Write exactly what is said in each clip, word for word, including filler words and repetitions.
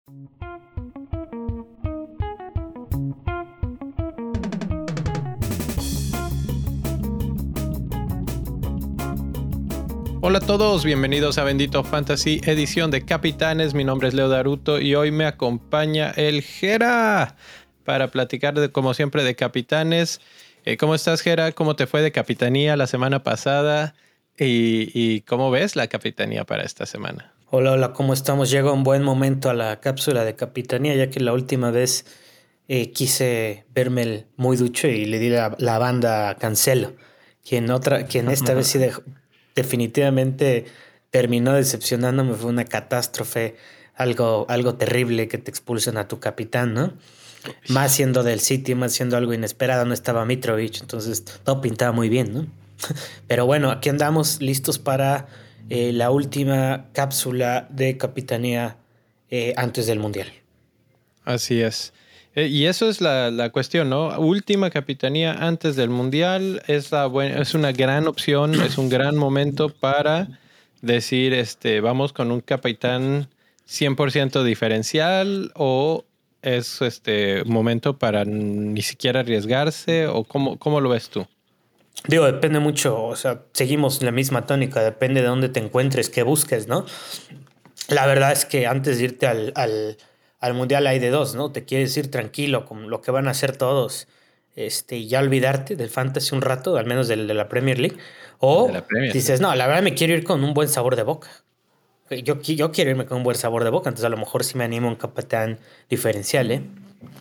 Hola a todos, bienvenidos a Bendito Fantasy, edición de Capitanes. Mi nombre es Leo Daruto y hoy me acompaña el Jera para platicar, de, como siempre, de Capitanes. Eh, ¿Cómo estás, Jera? ¿Cómo te fue de Capitanía la semana pasada? ¿Y, y cómo ves la Capitanía para esta semana? Hola, hola, ¿cómo estamos? Llega un buen momento a la cápsula de Capitanía, ya que la última vez eh, quise verme el muy ducho y le di la, la banda a Cancelo, quien, otra, quien esta vez sí dejó- definitivamente terminó decepcionándome. Fue una catástrofe, algo, algo terrible que te expulsen a tu capitán, ¿no? Más siendo del City, más siendo algo inesperado, no estaba Mitrovic, entonces todo pintaba muy bien, ¿no? Pero bueno, aquí andamos listos para eh, la última cápsula de Capitanía eh, antes del Mundial. Así es. Eh, y eso es la, la cuestión, ¿no? Última Capitanía antes del Mundial es, la buen- es una gran opción, es un gran momento para decir, este, vamos con un capitán cien por ciento diferencial o es este momento para ni siquiera arriesgarse o cómo, cómo lo ves tú. Digo, depende mucho, o sea, seguimos la misma tónica, depende de dónde te encuentres, qué busques, ¿no? La verdad es que antes de irte al, al, al Mundial hay de dos, ¿no? Te quieres ir tranquilo con lo que van a hacer todos, este, y ya olvidarte del Fantasy un rato, al menos del de la Premier League, De la o Premier, sí. dices, no, la verdad me quiero ir con un buen sabor de boca. Yo, qui- yo quiero irme con un buen sabor de boca, entonces a lo mejor sí me animo a un capitán diferencial, ¿eh?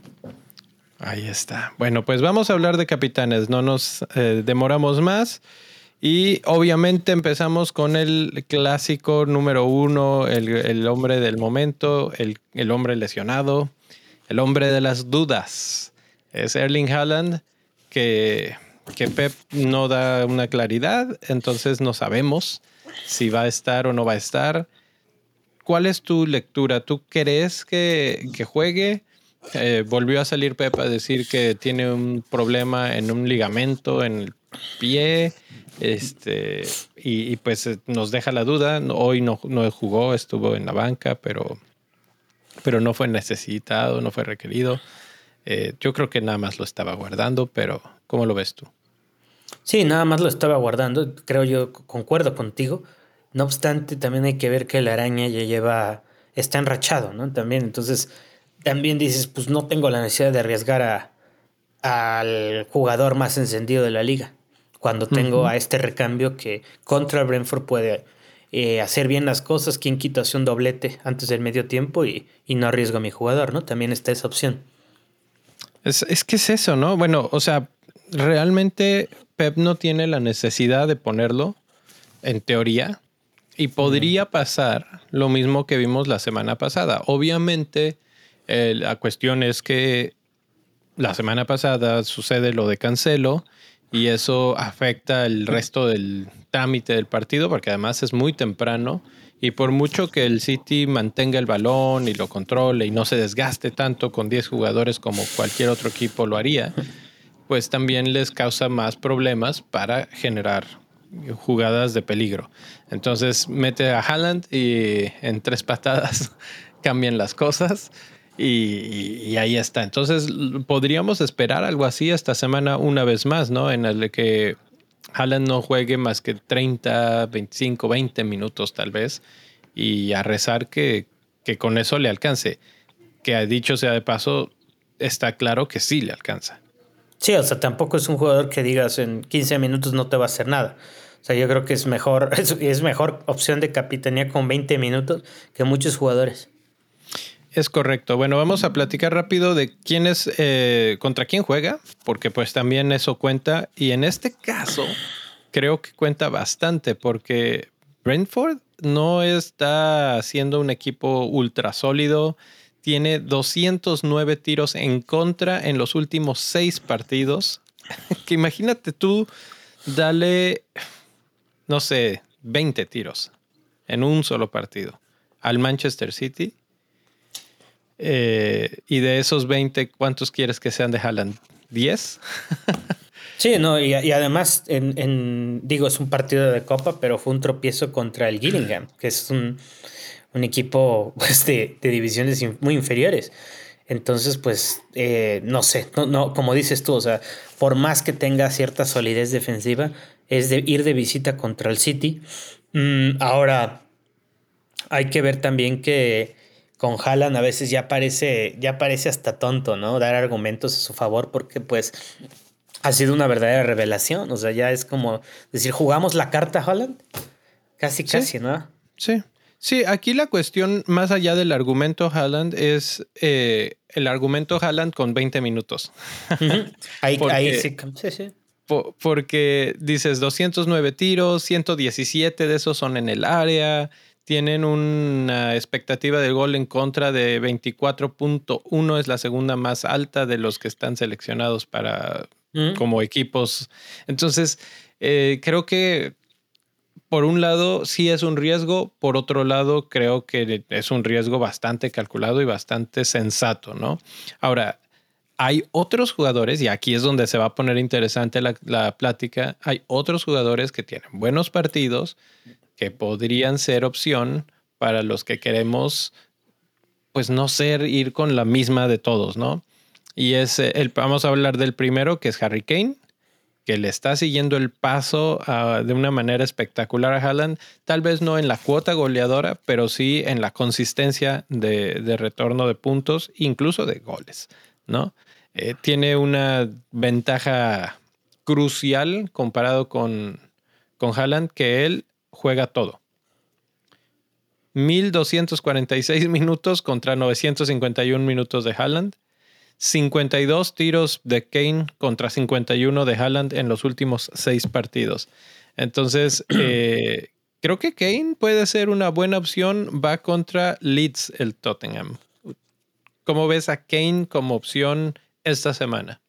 Ahí está. Bueno, pues vamos a hablar de capitanes, no nos eh, demoramos más. Y obviamente empezamos con el clásico número uno, el, el hombre del momento, el, el hombre lesionado, el hombre de las dudas. Es Erling Haaland, que, que Pep no da una claridad, entonces no sabemos si va a estar o no va a estar. ¿Cuál es tu lectura? ¿Tú crees que, que juegue? Eh, volvió a salir Pep a decir que tiene un problema en un ligamento en el pie, este, y, y pues eh, nos deja la duda. Hoy no, no jugó, estuvo en la banca, pero, pero no fue necesitado, no fue requerido. Eh, yo creo que nada más lo estaba guardando, pero ¿cómo lo ves tú? Sí, nada más lo estaba guardando, creo yo, c- concuerdo contigo. No obstante, también hay que ver que la araña ya lleva, está enrachado, ¿no? También, entonces, también dices, pues no tengo la necesidad de arriesgar a, al jugador más encendido de la liga, cuando tengo Ujú. a este recambio que contra el Brentford puede eh, hacer bien las cosas, quien quita hace un doblete antes del medio tiempo y, y no arriesgo a mi jugador, ¿no? También está esa opción. Es, es que es eso, ¿no? Bueno, o sea, realmente Pep no tiene la necesidad de ponerlo, en teoría, y Mm. podría pasar lo mismo que vimos la semana pasada. Obviamente, eh, la cuestión es que la semana pasada sucede lo de Cancelo y eso afecta el resto del trámite del partido porque además es muy temprano y por mucho que el City mantenga el balón y lo controle y no se desgaste tanto con diez jugadores como cualquier otro equipo lo haría, pues también les causa más problemas para generar jugadas de peligro. Entonces mete a Haaland y en tres patadas cambian las cosas y, y, y ahí está. Entonces podríamos esperar algo así esta semana una vez más, ¿no? En el que Haaland no juegue más que treinta, veinticinco, veinte minutos tal vez y a rezar que, que con eso le alcance. Que a dicho sea de paso, está claro que sí le alcanza. Sí, o sea, tampoco es un jugador que digas en quince minutos no te va a hacer nada. O sea, yo creo que es mejor, es, es mejor opción de capitanía con veinte minutos que muchos jugadores. Es correcto. Bueno, vamos a platicar rápido de quién es, eh, contra quién juega, porque pues también eso cuenta. Y en este caso, creo que cuenta bastante, porque Brentford no está siendo un equipo ultra sólido. Tiene doscientos nueve tiros en contra en los últimos seis partidos. Que imagínate tú, dale, no sé, veinte tiros en un solo partido al Manchester City. Eh, y de esos veinte, ¿cuántos quieres que sean de Haaland? ¿diez? Sí, no, y, y además, en, en- digo, es un partido de Copa, pero fue un tropiezo contra el Gillingham, que es un, un equipo pues, de, de divisiones muy inferiores. Entonces, pues, eh, no sé, no, no, como dices tú, o sea, por más que tenga cierta solidez defensiva, es de ir de visita contra el City. Mm, ahora, hay que ver también que con Haaland a veces ya parece, ya parece hasta tonto, ¿no? Dar argumentos a su favor porque, pues, ha sido una verdadera revelación. O sea, ya es como decir, ¿jugamos la carta Haaland? Casi, Sí, casi, ¿no? sí. Sí, aquí la cuestión, más allá del argumento Haaland, es eh, el argumento Haaland con veinte minutos. Ujú. Ahí, ahí Porque, sí, sí, sí. po- porque dices doscientos nueve tiros, ciento diecisiete de esos son en el área, tienen una expectativa de gol en contra de veinticuatro punto uno, es la segunda más alta de los que están seleccionados para Ujú. como equipos. Entonces, eh, creo que por un lado sí es un riesgo, por otro lado creo que es un riesgo bastante calculado y bastante sensato, ¿no? Ahora, hay otros jugadores, y aquí es donde se va a poner interesante la, la plática, hay otros jugadores que tienen buenos partidos que podrían ser opción para los que queremos, pues no ser, ir con la misma de todos, ¿no? Y es eh, el, vamos a hablar del primero, que es Harry Kane, que le está siguiendo el paso uh, de una manera espectacular a Haaland, tal vez no en la cuota goleadora, pero sí en la consistencia de, de retorno de puntos, incluso de goles, ¿no? Eh, tiene una ventaja crucial comparado con, con Haaland, que él juega todo. mil doscientos cuarenta y seis minutos contra novecientos cincuenta y uno minutos de Haaland. cincuenta y dos tiros de Kane contra cincuenta y uno de Haaland en los últimos seis partidos. Entonces, eh, creo que Kane puede ser una buena opción. Va contra Leeds, el Tottenham. ¿Cómo ves a Kane como opción esta semana?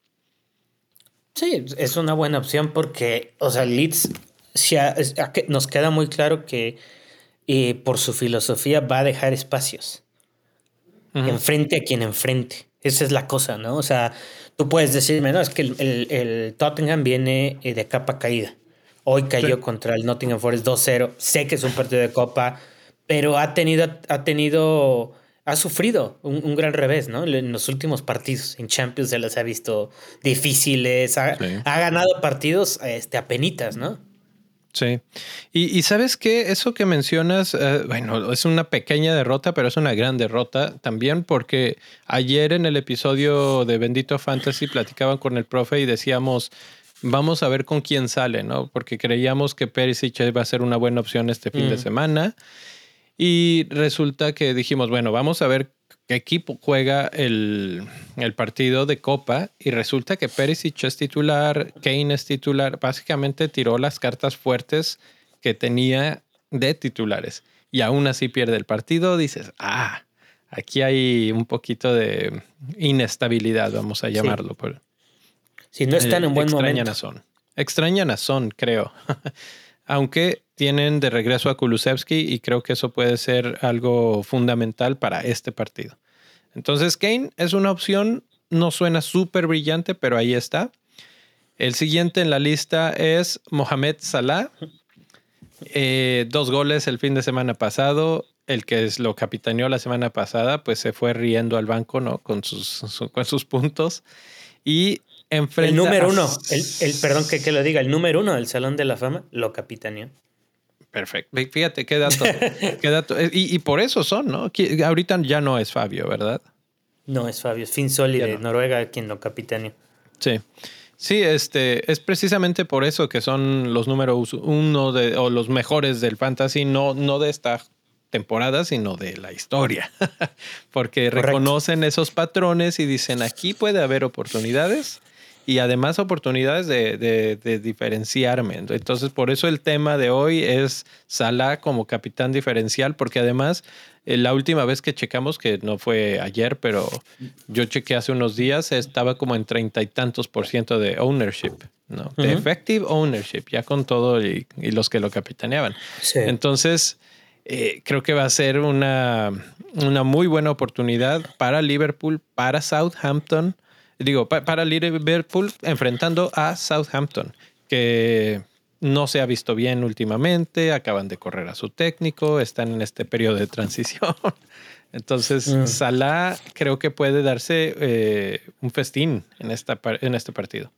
Sí, es una buena opción porque, o sea, Leeds sí ha- es- ha que- nos queda muy claro que eh, por su filosofía va a dejar espacios Ujú. enfrente a quien enfrente. Esa es la cosa, ¿no? O sea, tú puedes decirme, no, es que el, el- el Tottenham viene eh, de capa caída. Hoy Sí. cayó contra el Nottingham Forest dos cero. Sé que es un partido de copa, pero ha tenido, ha tenido, ha sufrido un, un gran revés, ¿no? En los últimos partidos en Champions se las ha visto difíciles. Ha, Sí. ha ganado partidos este, a penitas, ¿no? Sí. Y, y sabes qué, eso que mencionas, eh, bueno, es una pequeña derrota, pero es una gran derrota también porque ayer en el episodio de Bendito Fantasy platicaban con el profe y decíamos, vamos a ver con quién sale, ¿no? Porque creíamos que Perisic iba a ser una buena opción este fin de Mm. semana y resulta que dijimos, bueno, vamos a ver qué equipo juega el, el partido de Copa y resulta que Perisic es titular, Kane es titular, básicamente tiró las cartas fuertes que tenía de titulares y aún así pierde el partido, dices, ah, aquí hay un poquito de inestabilidad, vamos a Sí. llamarlo. Por, Si no están eh, en buen extrañan momento. a Son. Extrañan a Son, creo. Aunque tienen de regreso a Kulusevski y creo que eso puede ser algo fundamental para este partido. Entonces Kane es una opción, no suena súper brillante, pero ahí está. El siguiente en la lista es Mohamed Salah. Eh, dos goles el fin de semana pasado. El que es, lo capitaneó la semana pasada, pues se fue riendo al banco, ¿no? Con sus, su, con sus puntos. Y El enfrenta a... número uno, el, el perdón que, que lo diga, el número uno del Salón de la Fama lo capitaneó. Perfecto. Fíjate qué dato. Qué dato. Y, y por eso son, ¿no? Que ahorita ya no es Fabio, ¿verdad? No es Fabio, es Finsoli Ya de no. Noruega quien lo capitaneó. Sí. Sí, este, es precisamente por eso que son los números uno de, o los mejores del fantasy, no, no de esta temporada, sino de la historia. Porque Correcto. reconocen esos patrones y dicen, aquí puede haber oportunidades y además oportunidades de, de, de diferenciarme. Entonces, por eso el tema de hoy es Salah como capitán diferencial, porque además eh, la última vez que checamos, que no fue ayer, pero yo chequé hace unos días, estaba como en treinta y tantos por ciento de ownership, ¿no? De Ujú. effective ownership, ya con todo y, y los que lo capitaneaban. Sí. Entonces, eh, creo que va a ser una, una muy buena oportunidad para Liverpool, para Southampton. Digo, pa- para Liverpool enfrentando a Southampton, que no se ha visto bien últimamente, acaban de correr a su técnico, están en este periodo de transición. Entonces, mm. Salah creo que puede darse eh, un festín en, esta, en este partido.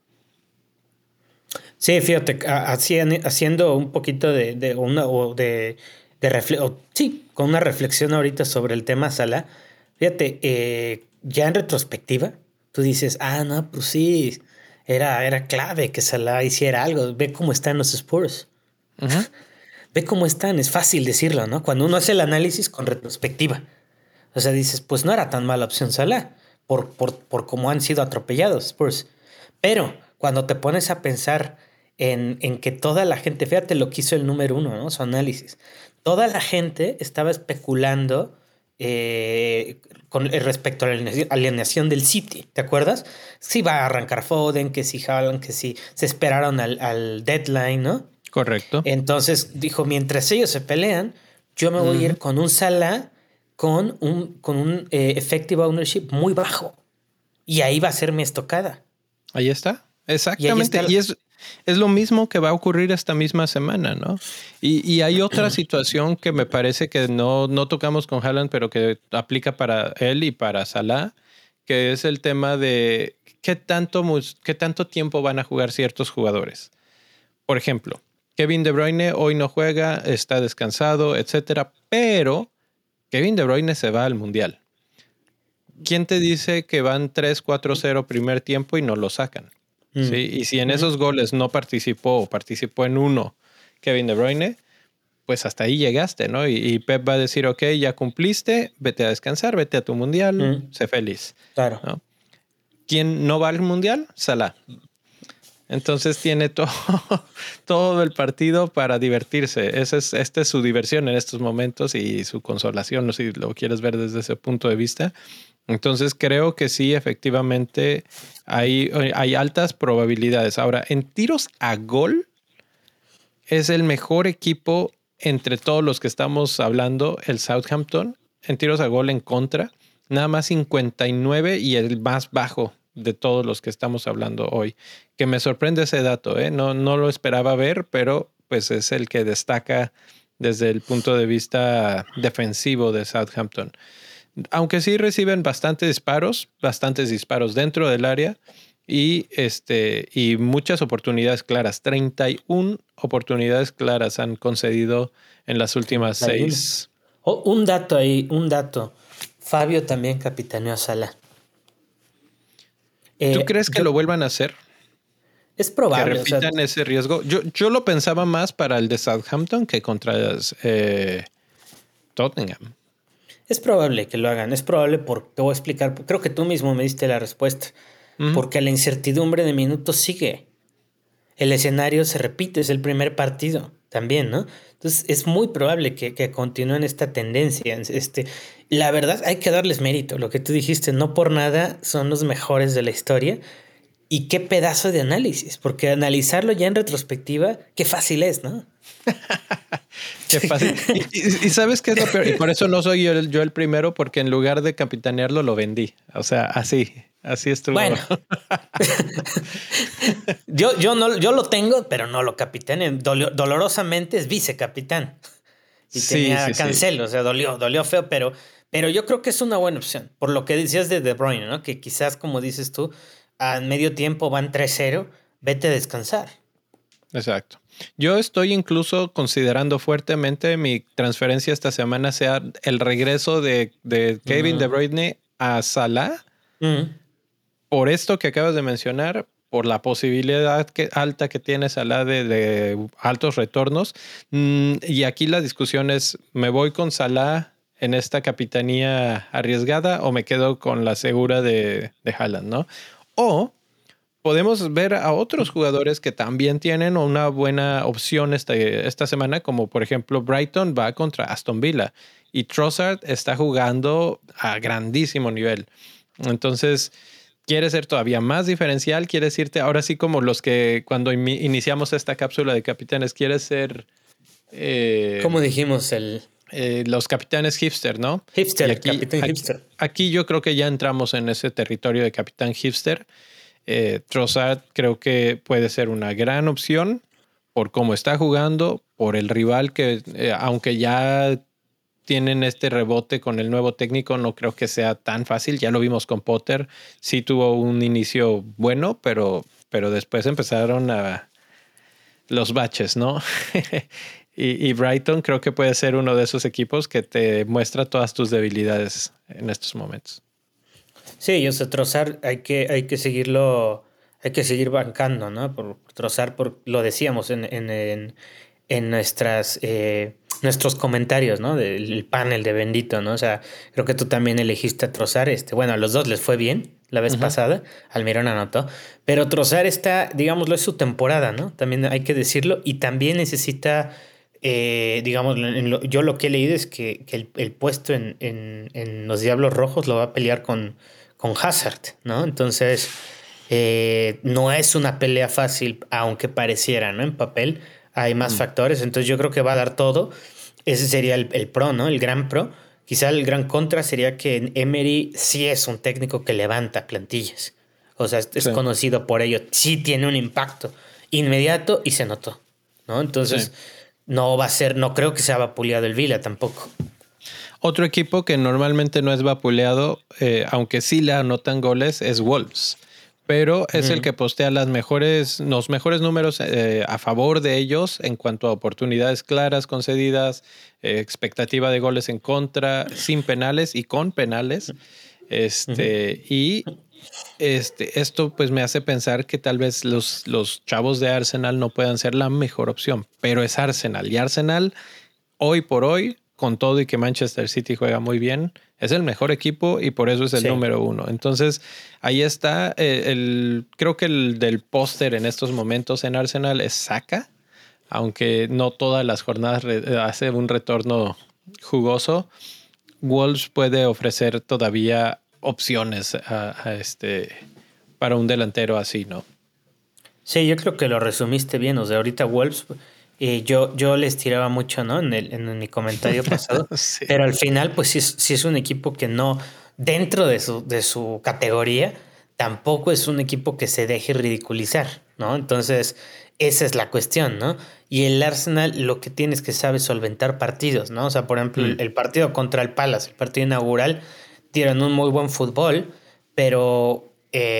Sí, fíjate, haciendo un poquito de, de una o de, de refle- sí, con una reflexión ahorita sobre el tema Salah. Fíjate, eh, ya en retrospectiva, tú dices, ah, no, pues sí, era, era clave que Salah hiciera algo. Ve cómo están los Spurs. Uh-huh. Ve cómo están, es fácil decirlo, ¿no? Cuando uno hace el análisis con retrospectiva. O sea, dices, pues no era tan mala opción Salah por, por, por cómo han sido atropellados Spurs. Pero cuando te pones a pensar en, en que toda la gente, fíjate lo que hizo el número uno, ¿no? Su análisis. Toda la gente estaba especulando eh, con respecto a la alineación del City, ¿te acuerdas? Si va a arrancar Foden, que si Haaland, que si se esperaron al, al deadline, ¿no? Correcto. Entonces dijo, mientras ellos se pelean, yo me voy uh-huh. a ir con un Salah con un, con un eh, effective ownership muy bajo. Y ahí va a ser mi estocada. Ahí está. Exactamente. Y, está... y es, es lo mismo que va a ocurrir esta misma semana, ¿no? Y, y hay otra situación que me parece que no, no tocamos con Haaland, pero que aplica para él y para Salah, que es el tema de qué tanto, qué tanto tiempo van a jugar ciertos jugadores. Por ejemplo, Kevin De Bruyne hoy no juega, está descansado, etcétera, pero Kevin De Bruyne se va al Mundial. ¿Quién te dice que van tres cuatro cero primer tiempo y no lo sacan? Mm. ¿Sí? Y si en esos goles no participó o participó en uno Kevin De Bruyne, pues hasta ahí llegaste, ¿no? Y, y Pep va a decir, ok, ya cumpliste, vete a descansar, vete a tu Mundial, mm. sé feliz. Claro. ¿No? ¿Quién no va al Mundial? Salah. Entonces tiene todo, todo el partido para divertirse. Esa es, esta es su diversión en estos momentos y su consolación, si lo quieres ver desde ese punto de vista. Entonces creo que sí, efectivamente, hay, hay altas probabilidades. Ahora, en tiros a gol, es el mejor equipo entre todos los que estamos hablando, el Southampton, en tiros a gol en contra. Nada más cincuenta y nueve y el más bajo de todos los que estamos hablando hoy. Que me sorprende ese dato, ¿eh? No, no lo esperaba ver, pero pues es el que destaca desde el punto de vista defensivo de Southampton. Aunque sí reciben bastantes disparos, bastantes disparos dentro del área y, este, y muchas oportunidades claras. treinta y una oportunidades claras han concedido en las últimas treinta y uno. Seis. Oh, un dato ahí, un dato. Fabio también capitaneó a Salah. ¿Tú eh, crees que yo, lo vuelvan a hacer? Es probable. Que repitan o sea, ese riesgo. Yo, yo lo pensaba más para el de Southampton que contra eh, Tottenham. Es probable que lo hagan. Es probable porque te voy a explicar. Creo que tú mismo me diste la respuesta. Uh-huh. Porque la incertidumbre de minutos sigue. El escenario se repite. Es el primer partido también, ¿no? Entonces es muy probable que, que continúen esta tendencia. Este, la verdad hay que darles mérito. Lo que tú dijiste, no por nada son los mejores de la historia. Y qué pedazo de análisis. Porque analizarlo ya en retrospectiva, qué fácil es, ¿no? Qué fácil. Y, y, y sabes qué es lo peor. Y por eso no soy yo el, yo el primero, porque en lugar de capitanearlo lo vendí. O sea, así, así estuvo. Bueno, yo, yo, no, yo lo tengo, pero no lo capitaneé. Dolió, dolorosamente es vicecapitán. Y sí, tenía sí, Cancelo, sí. O sea, dolió, dolió feo, pero, pero yo creo que es una buena opción. Por lo que decías de De Bruyne, ¿no? Que quizás, como dices tú, a medio tiempo van tres cero, vete a descansar. Exacto. Yo estoy incluso considerando fuertemente mi transferencia esta semana sea el regreso de, de Kevin mm. De Bruyne a Salah. Mm. Por esto que acabas de mencionar, por la posibilidad que, alta que tiene Salah de, de altos retornos. Mm, y aquí la discusión es, ¿me voy con Salah en esta capitanía arriesgada o me quedo con la segura de, de Haaland, ¿no? O podemos ver a otros jugadores que también tienen una buena opción esta, esta semana, como por ejemplo Brighton va contra Aston Villa y Trossard está jugando a grandísimo nivel. Entonces, ¿quieres ser todavía más diferencial? ¿Quieres irte ahora sí como los que cuando in- iniciamos esta cápsula de capitanes, quieres ser... Eh, ¿Cómo dijimos el...? Eh, los capitanes hipster, ¿no? Hipster, aquí, capitán aquí, hipster. Aquí yo creo que ya entramos en ese territorio de capitán hipster. Eh, Trossard creo que puede ser una gran opción por cómo está jugando, por el rival que, eh, aunque ya tienen este rebote con el nuevo técnico, no creo que sea tan fácil. Ya lo vimos con Potter. Sí tuvo un inicio bueno, pero, pero después empezaron a los baches, ¿no? y, y Brighton creo que puede ser uno de esos equipos que te muestra todas tus debilidades en estos momentos. Sí, yo sé, Trossard hay que, hay que seguirlo, hay que seguir bancando, ¿no? Por Trossard, por, lo decíamos en, en, en, en nuestras, eh, nuestros comentarios, ¿no? Del panel de Bendito, ¿no? O sea, creo que tú también elegiste a Trossard. Este, bueno, a los dos les fue bien la vez uh-huh. pasada. Almirón anotó. Pero Trossard está, digámoslo, es su temporada, ¿no? También hay que decirlo. Y también necesita, eh, digamos, en lo, yo lo que he leído es que, que el, el puesto en, en, en los Diablos Rojos lo va a pelear con, con Hazard, ¿no? Entonces, eh, no es una pelea fácil, aunque pareciera, ¿no? En papel hay más mm. factores, entonces yo creo que va a dar todo. Ese sería el, el pro, ¿no? El gran pro. Quizá el gran contra sería que Emery sí es un técnico que levanta plantillas. O sea, es, es sí. conocido por ello. Sí tiene un impacto inmediato y se notó, ¿no? Entonces, sí. no va a ser, no creo que sea vapuleado el Villa tampoco. Otro equipo que normalmente no es vapuleado, eh, aunque sí le anotan goles, es Wolves. Pero es uh-huh. el que postea las mejores, los mejores números eh, a favor de ellos en cuanto a oportunidades claras concedidas, eh, expectativa de goles en contra, sin penales y con penales. Este, uh-huh. Y este, esto pues me hace pensar que tal vez los, los chavos de Arsenal no puedan ser la mejor opción, pero es Arsenal. Y Arsenal, hoy por hoy, con todo y que Manchester City juega muy bien, es el mejor equipo y por eso es el sí. número uno. Entonces, ahí está. El, el, creo que el del póster en estos momentos en Arsenal es Saka, aunque no todas las jornadas re, hace un retorno jugoso. Wolves puede ofrecer todavía opciones a, a este, para un delantero así, ¿no? Sí, yo creo que lo resumiste bien. O sea, ahorita Wolves... Eh, yo, yo les tiraba mucho, ¿no? En, el, en mi comentario pasado. sí. Pero al final, pues sí, sí es un equipo que no, dentro de su, de su categoría, tampoco es un equipo que se deje ridiculizar, ¿no? Entonces, esa es la cuestión, ¿no? Y el Arsenal lo que tiene es que sabe solventar partidos, ¿no? O sea, por ejemplo, mm. el, el partido contra el Palace, el partido inaugural, tiran un muy buen fútbol, pero,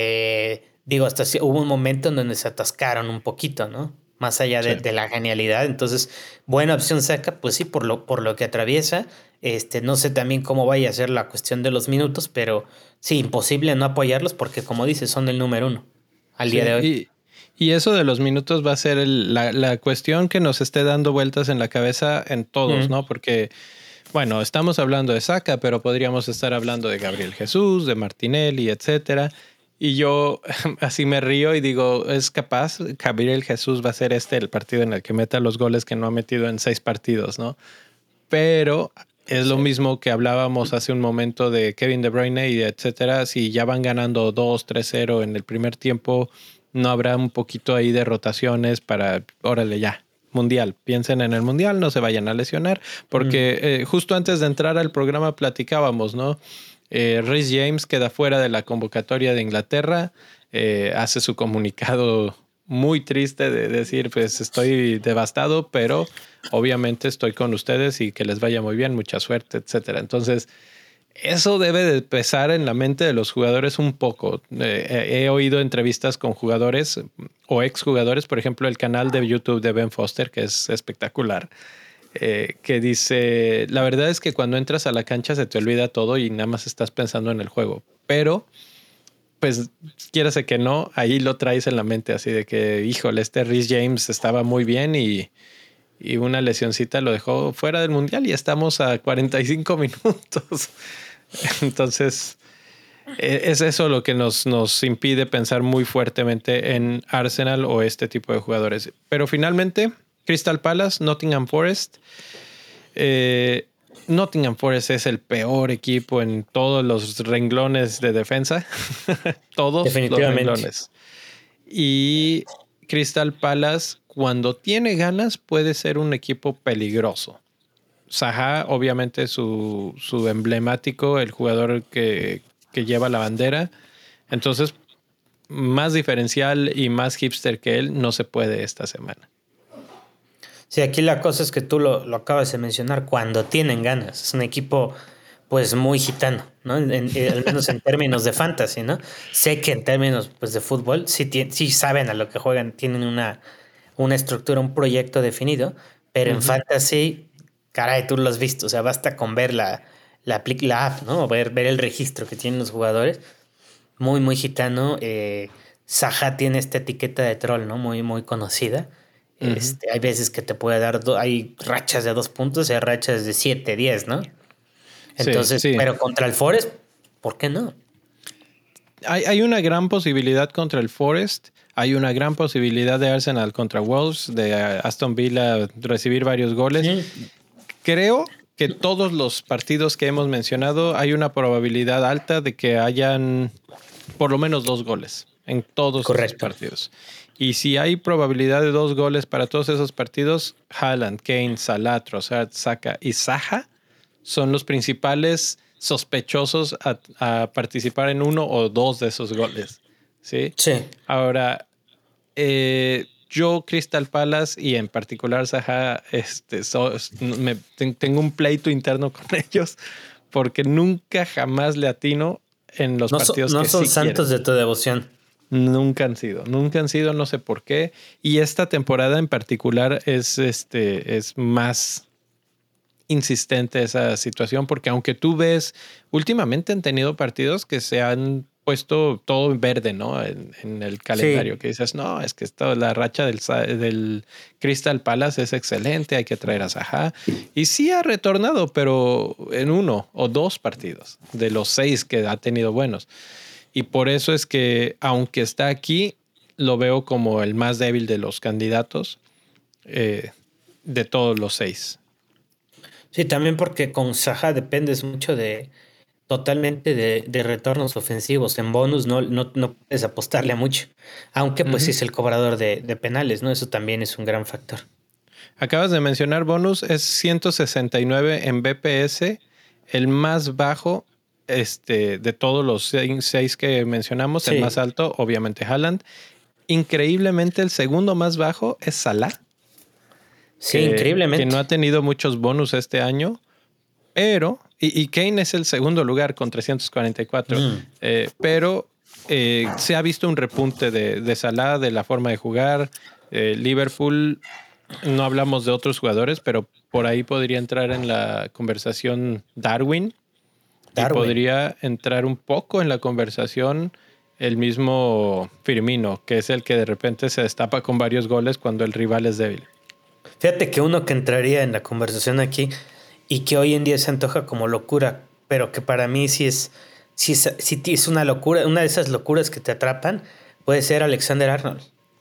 eh, digo, hasta hubo un momento en donde se atascaron un poquito, ¿no? Más allá de, sí. de la genialidad. Entonces, buena opción Saka, pues sí, por lo, por lo que atraviesa. Este, no sé también cómo vaya a ser la cuestión de los minutos, pero sí, imposible no apoyarlos porque, como dices, son el número uno al sí, día de hoy. Y, y eso de los minutos va a ser el, la, la cuestión que nos esté dando vueltas en la cabeza en todos, mm. ¿no? Porque, bueno, estamos hablando de Saka, pero podríamos estar hablando de Gabriel Jesús, de Martinelli, etcétera. Y yo así me río y digo, es capaz, Gabriel Jesús va a ser este el partido en el que meta los goles que no ha metido en seis partidos, ¿no? Pero es sí. lo mismo que hablábamos hace un momento de Kevin De Bruyne y etcétera. Si ya van ganando dos, tres cero en el primer tiempo, no habrá un poquito ahí de rotaciones para, órale ya, mundial. Piensen en el mundial, no se vayan a lesionar. Porque mm. eh, justo antes de entrar al programa platicábamos, ¿no? Eh, Reece James queda fuera de la convocatoria de Inglaterra, eh, hace su comunicado muy triste de decir, pues estoy devastado, pero obviamente estoy con ustedes y que les vaya muy bien, mucha suerte, etcétera. Entonces, eso debe de pesar en la mente de los jugadores un poco. Eh, he oído entrevistas con jugadores o exjugadores, por ejemplo, el canal de YouTube de Ben Foster, que es espectacular. Eh, que dice, la verdad es que cuando entras a la cancha se te olvida todo y nada más estás pensando en el juego, pero pues quieras que no, ahí lo traes en la mente así de que, híjole, este Reece James estaba muy bien y, y una lesioncita lo dejó fuera del mundial y estamos a cuarenta y cinco minutos. Entonces es eso lo que nos, nos impide pensar muy fuertemente en Arsenal o este tipo de jugadores, pero finalmente Crystal Palace, Nottingham Forest. Eh, Nottingham Forest es el peor equipo en todos los renglones de defensa. Todos los renglones. Y Crystal Palace, cuando tiene ganas, puede ser un equipo peligroso. Zaha, obviamente, su, su emblemático, el jugador que, que lleva la bandera. Entonces, más diferencial y más hipster que él no se puede esta semana. Sí, aquí la cosa es que tú lo, lo acabas de mencionar, cuando tienen ganas. Es un equipo pues muy gitano, ¿no? En- en- eh, al menos en términos de fantasy, ¿no? Sé que en términos pues de fútbol sí, tien- sí saben a lo que juegan, tienen una, una estructura, un proyecto definido, pero en Ujú. fantasy, caray, tú lo has visto, o sea, basta con ver la, la, apli- la app, ¿no? O ver, ver el registro que tienen los jugadores, muy, muy gitano. Eh, Saha tiene esta etiqueta de troll, ¿no? Muy, muy conocida. Ujú. Este, hay veces que te puede dar, do- hay rachas de dos puntos y hay rachas de siete, diez, ¿no? Sí, Entonces, sí. pero contra el Forest, ¿por qué no? Hay, hay una gran posibilidad contra el Forest. Hay una gran posibilidad de Arsenal contra Wolves, de eh, Aston Villa recibir varios goles. Sí, Creo que todos los partidos que hemos mencionado hay una probabilidad alta de que hayan por lo menos dos goles en todos esos correcto. partidos. Y si hay probabilidad de dos goles para todos esos partidos, Haaland, Kane, Salah, Trossard, Saka y Zaha son los principales sospechosos a, a participar en uno o dos de esos goles. ¿Sí? Sí. Ahora, eh, yo, Crystal Palace y en particular Zaha, este, so- me, ten- tengo un pleito interno con ellos porque nunca jamás le atino en los No, so- partidos no que son sí santos quieren. de tu devoción. Nunca han sido, nunca han sido, no sé por qué. Y esta temporada en particular es, este, es más insistente esa situación, porque aunque tú ves, últimamente han tenido partidos que se han puesto todo en verde, ¿no? En, en el calendario, Sí, que dices, no, es que esto, la racha del, Sa- del Crystal Palace es excelente, hay que traer a Zaha. Y sí ha retornado, pero en uno o dos partidos de los seis que ha tenido buenos. Y por eso es que, aunque está aquí, lo veo como el más débil de los candidatos eh, de todos los seis. sí, también porque con Saha dependes mucho de totalmente de, de retornos ofensivos. En bonus no, no, no puedes apostarle a mucho. Aunque pues sí Ujú. es el cobrador de, de penales, ¿no? Eso también es un gran factor. Acabas de mencionar bonus, es ciento sesenta y nueve en B P S, el más bajo este, de todos los seis, seis que mencionamos, el más Sí, alto, obviamente Haaland. Increíblemente, el segundo más bajo es Salah, sí, que, que no increíblemente. ha tenido muchos bonus este año, pero, y, y Kane es el segundo lugar con trescientos cuarenta y cuatro, Mm. eh, pero eh, se ha visto un repunte de, de Salah, de la forma de jugar. Eh, Liverpool, no hablamos de otros jugadores, pero por ahí podría entrar en la conversación Darwin y Darwin. podría entrar un poco en la conversación el mismo Firmino, que es el que de repente se destapa con varios goles cuando el rival es débil. Fíjate que uno que entraría en la conversación aquí y que hoy en día se antoja como locura, pero que para mí sí es, sí es, sí es una locura, una de esas locuras que te atrapan, puede ser Alexander Arnold.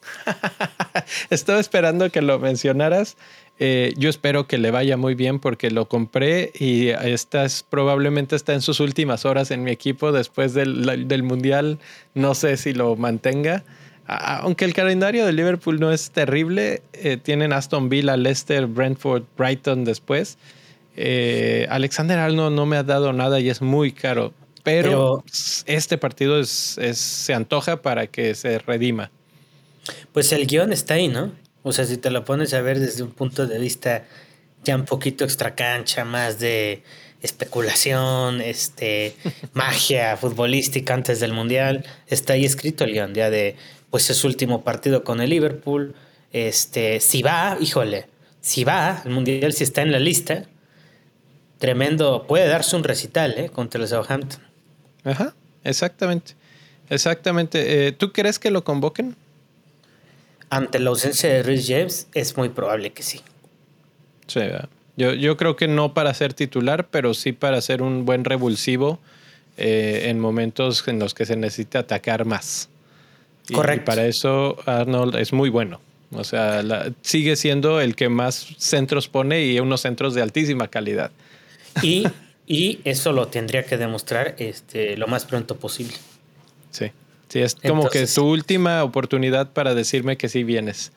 Estaba esperando que lo mencionaras. Eh, yo espero que le vaya muy bien porque lo compré y estás probablemente está en sus últimas horas en mi equipo después del, del Mundial. No sé si lo mantenga. A- Aunque el calendario de Liverpool no es terrible, eh, tienen Aston Villa, Leicester, Brentford, Brighton después. Eh, Alexander Arnold no me ha dado nada y es muy caro, pero Pero este partido es, es, se antoja para que se redima. pues el guión está ahí, ¿no? O sea, si te lo pones a ver desde un punto de vista ya un poquito extracancha, más de especulación, este, magia futbolística antes del Mundial, está ahí escrito el guión ya de, pues es su último partido con el Liverpool, este, si va, híjole, si va, el Mundial si está en la lista, tremendo, puede darse un recital, ¿eh? Contra el Southampton. Ajá, exactamente. Exactamente. Eh, ¿Tú crees que lo convoquen? Ante la ausencia de Rhys James, es muy probable que sí. Sí, ¿verdad? Yo, yo creo que no para ser titular, pero sí para ser un buen revulsivo eh, en momentos en los que se necesita atacar más. Y, y Correcto. para eso Arnold es muy bueno. O sea, la- sigue siendo el que más centros pone y unos centros de altísima calidad. Y, y eso lo tendría que demostrar este, lo más pronto posible. Sí, sí, es como que Entonces, tu última oportunidad para decirme que sí vienes.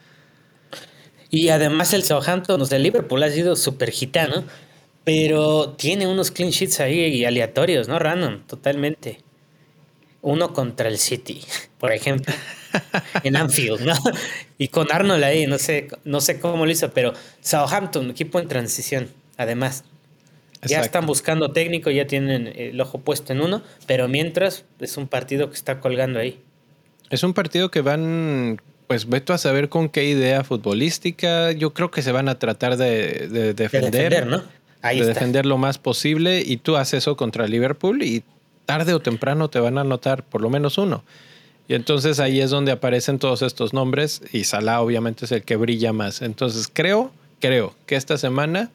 y además el Southampton, o sea, el Liverpool ha sido súper gitano, pero tiene unos clean sheets ahí aleatorios, ¿no? Random, totalmente. Uno contra el City, por ejemplo. en Anfield, ¿no? Y con Arnold ahí, no sé, no sé cómo lo hizo, pero Southampton, equipo en transición, además. Exacto. Ya están buscando técnico, ya tienen el ojo puesto en uno, pero mientras es un partido que está colgando ahí. Es un partido que van, pues veto a saber con qué idea futbolística. Yo creo que se van a tratar de, de defender. De defender, ¿no? Ahí de está. defender lo más posible, y tú haces eso contra Liverpool y tarde o temprano te van a anotar por lo menos uno. Y entonces ahí es donde aparecen todos estos nombres, y Salah obviamente es el que brilla más. Entonces creo, creo que esta semana,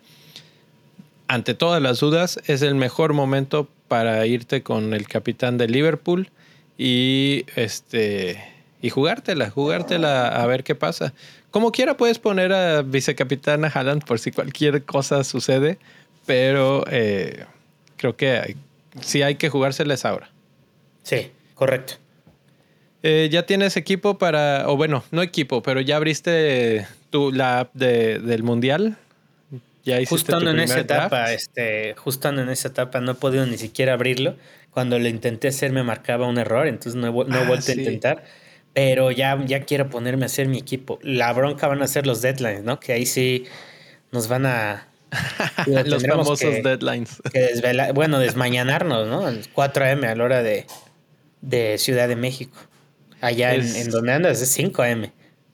ante todas las dudas, es el mejor momento para irte con el capitán de Liverpool y este y jugártela, jugártela a ver qué pasa. Como quiera puedes poner a vicecapitán a Haaland por si cualquier cosa sucede, pero eh, creo que hay, sí hay que jugárselas ahora. Sí, correcto. Eh, ¿Ya tienes equipo para, o bueno, no equipo, pero ya abriste tu, la app de, del Mundial? ¿Ya hiciste justo tu en primer esa draft? etapa, este, justo en esa etapa no he podido ni siquiera abrirlo. Cuando lo intenté hacer me marcaba un error, entonces no he, no he ah, vuelto sí. a intentar. Pero ya, ya quiero ponerme a hacer mi equipo. La bronca van a ser los deadlines, ¿no? Que ahí sí nos van a... los famosos que, deadlines. Que desvela, bueno, desmañanarnos, ¿no? cuatro a eme a la hora de, de Ciudad de México. Allá es, en, en donde andas es cinco a eme.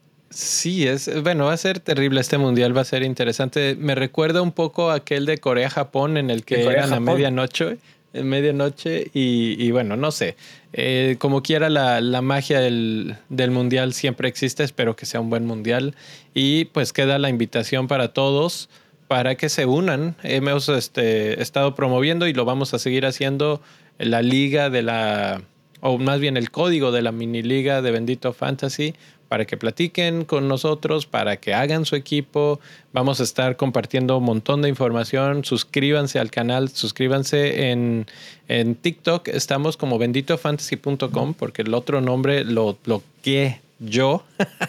Sí, es bueno, va a ser terrible este mundial, va a ser interesante. Me recuerda un poco a aquel de Corea-Japón en el que eran a medianoche, en medianoche y, y bueno, no sé. Eh, como quiera, la, la magia del, del mundial siempre existe. Espero que sea un buen mundial. Y pues queda la invitación para todos para que se unan. Hemos este, estado promoviendo y lo vamos a seguir haciendo en la liga de la... o más bien el código de la mini liga de Bendito Fantasy, para que platiquen con nosotros, para que hagan su equipo. Vamos a estar compartiendo un montón de información. Suscríbanse al canal, suscríbanse en, en TikTok. Estamos como bendito fantasy punto com, porque el otro nombre lo bloqueé yo,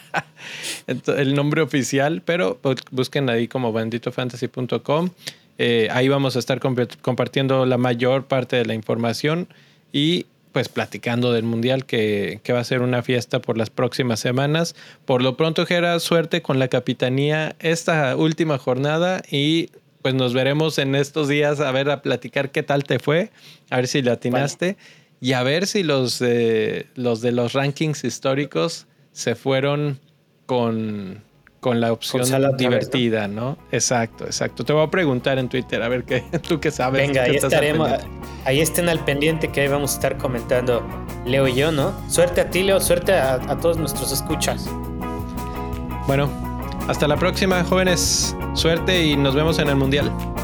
el nombre oficial, pero busquen ahí como bendito fantasy punto com. Eh, ahí vamos a estar comp- compartiendo la mayor parte de la información y pues platicando del mundial, que, que va a ser una fiesta por las próximas semanas. Por lo pronto, Gera, suerte con la capitanía esta última jornada y pues nos veremos en estos días a ver, a platicar qué tal te fue, a ver si le atinaste, vale. Y a ver si los, eh, los de los rankings históricos se fueron con... con la opción con divertida, ¿no? Exacto, exacto. Te voy a preguntar en Twitter, a ver qué tú qué sabes. Venga, ahí estaremos, ahí estén al pendiente, que ahí vamos a estar comentando Leo y yo, ¿no? Suerte a ti, Leo, suerte a, a todos nuestros escuchas. Bueno, hasta la próxima, jóvenes. Suerte y nos vemos en el Mundial.